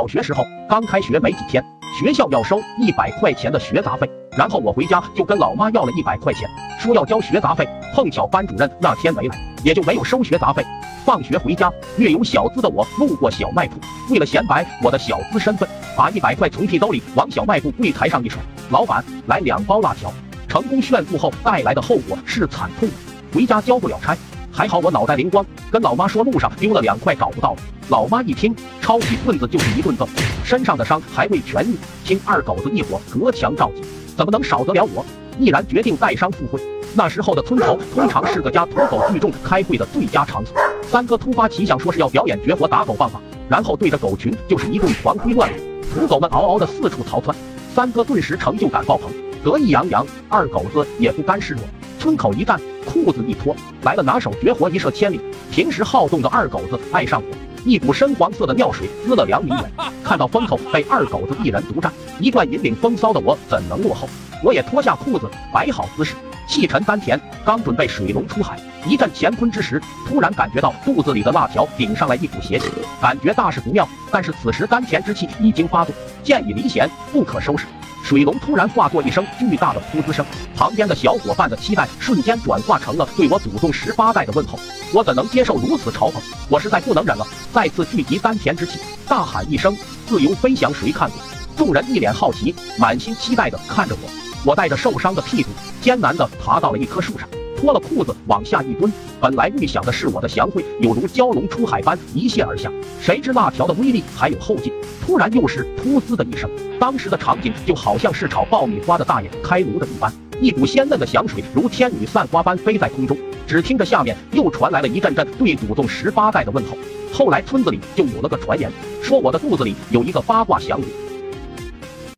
小学时候刚开学没几天，学校要收100块钱的学杂费，然后我回家就跟老妈要了100块钱，说要交学杂费。碰巧班主任那天没来，也就没有收学杂费。放学回家，略有小资的我路过小卖铺，为了显摆我的小资身份，把100块从屁兜里往小卖部柜台上一甩，老板，来2包辣条。成功炫富后带来的后果是惨痛的，回家交不了差。还好我脑袋灵光，跟老妈说路上丢了2块找不到了。老妈一听，抄起棍子就是一顿揍，身上的伤还未痊愈，听二狗子一伙隔墙召集，怎么能少得了我？毅然决定带伤赴会。那时候的村头通常是个家土狗聚众开会的最佳场所。三哥突发奇想，说是要表演绝活打狗棒法，然后对着狗群就是一顿狂挥乱舞，土狗们嗷嗷的四处逃窜。三哥顿时成就感爆棚，得意洋洋。二狗子也不甘示弱，村口一站，裤子一脱，来了拿手绝活一射千里。平时好动的二狗子爱上我，一股深黄色的尿水滋了2米远。看到风头被二狗子一人独占，一贯引领风骚的我怎能落后？我也脱下裤子，摆好姿势，气沉丹田，刚准备水龙出海，一阵乾坤之时，突然感觉到肚子里的辣条顶上来一股邪气，感觉大事不妙。但是此时丹田之气已经发作，箭已离弦，不可收拾。水龙突然化作一声巨大的噗滋声，旁边的小伙伴的期待瞬间转化成了对我祖宗18代的问候。我怎能接受如此嘲讽？我实在不能忍了，再次聚集丹田之气，大喊一声：自由飞翔，谁看过？众人一脸好奇，满心期待地看着我。我带着受伤的屁股，艰难地爬到了一棵树上，脱了裤子往下一蹲。本来预想的是我的祥会有如蛟龙出海般一泻而下，谁知辣条的威力还有后劲，突然又是噗滋的一声。当时的场景就好像是炒爆米花的大爷开炉的一般，一股鲜嫩的响水如天女散花般飞在空中。只听着下面又传来了一阵阵对祖宗18代的问候。后来村子里就有了个传言，说我的肚子里有一个八卦祥母，